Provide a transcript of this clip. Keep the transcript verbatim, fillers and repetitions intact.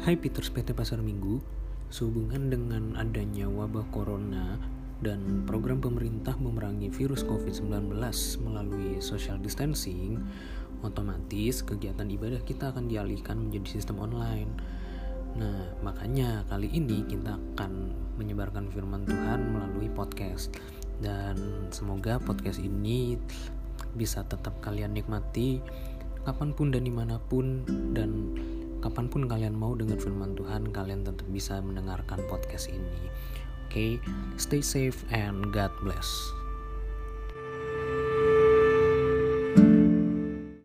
Hai Peters P T Pasar Minggu, sehubungan dengan adanya wabah corona dan program pemerintah memerangi virus covid sembilan belas melalui social distancing, otomatis kegiatan ibadah kita akan dialihkan menjadi sistem online. Nah, makanya kali ini kita akan menyebarkan firman Tuhan melalui podcast. Dan semoga podcast ini bisa tetap kalian nikmati kapanpun dan dimanapun, dan kapanpun kalian mau dengar firman Tuhan, kalian tetap bisa mendengarkan podcast ini. Oke, okay? Stay safe and God bless.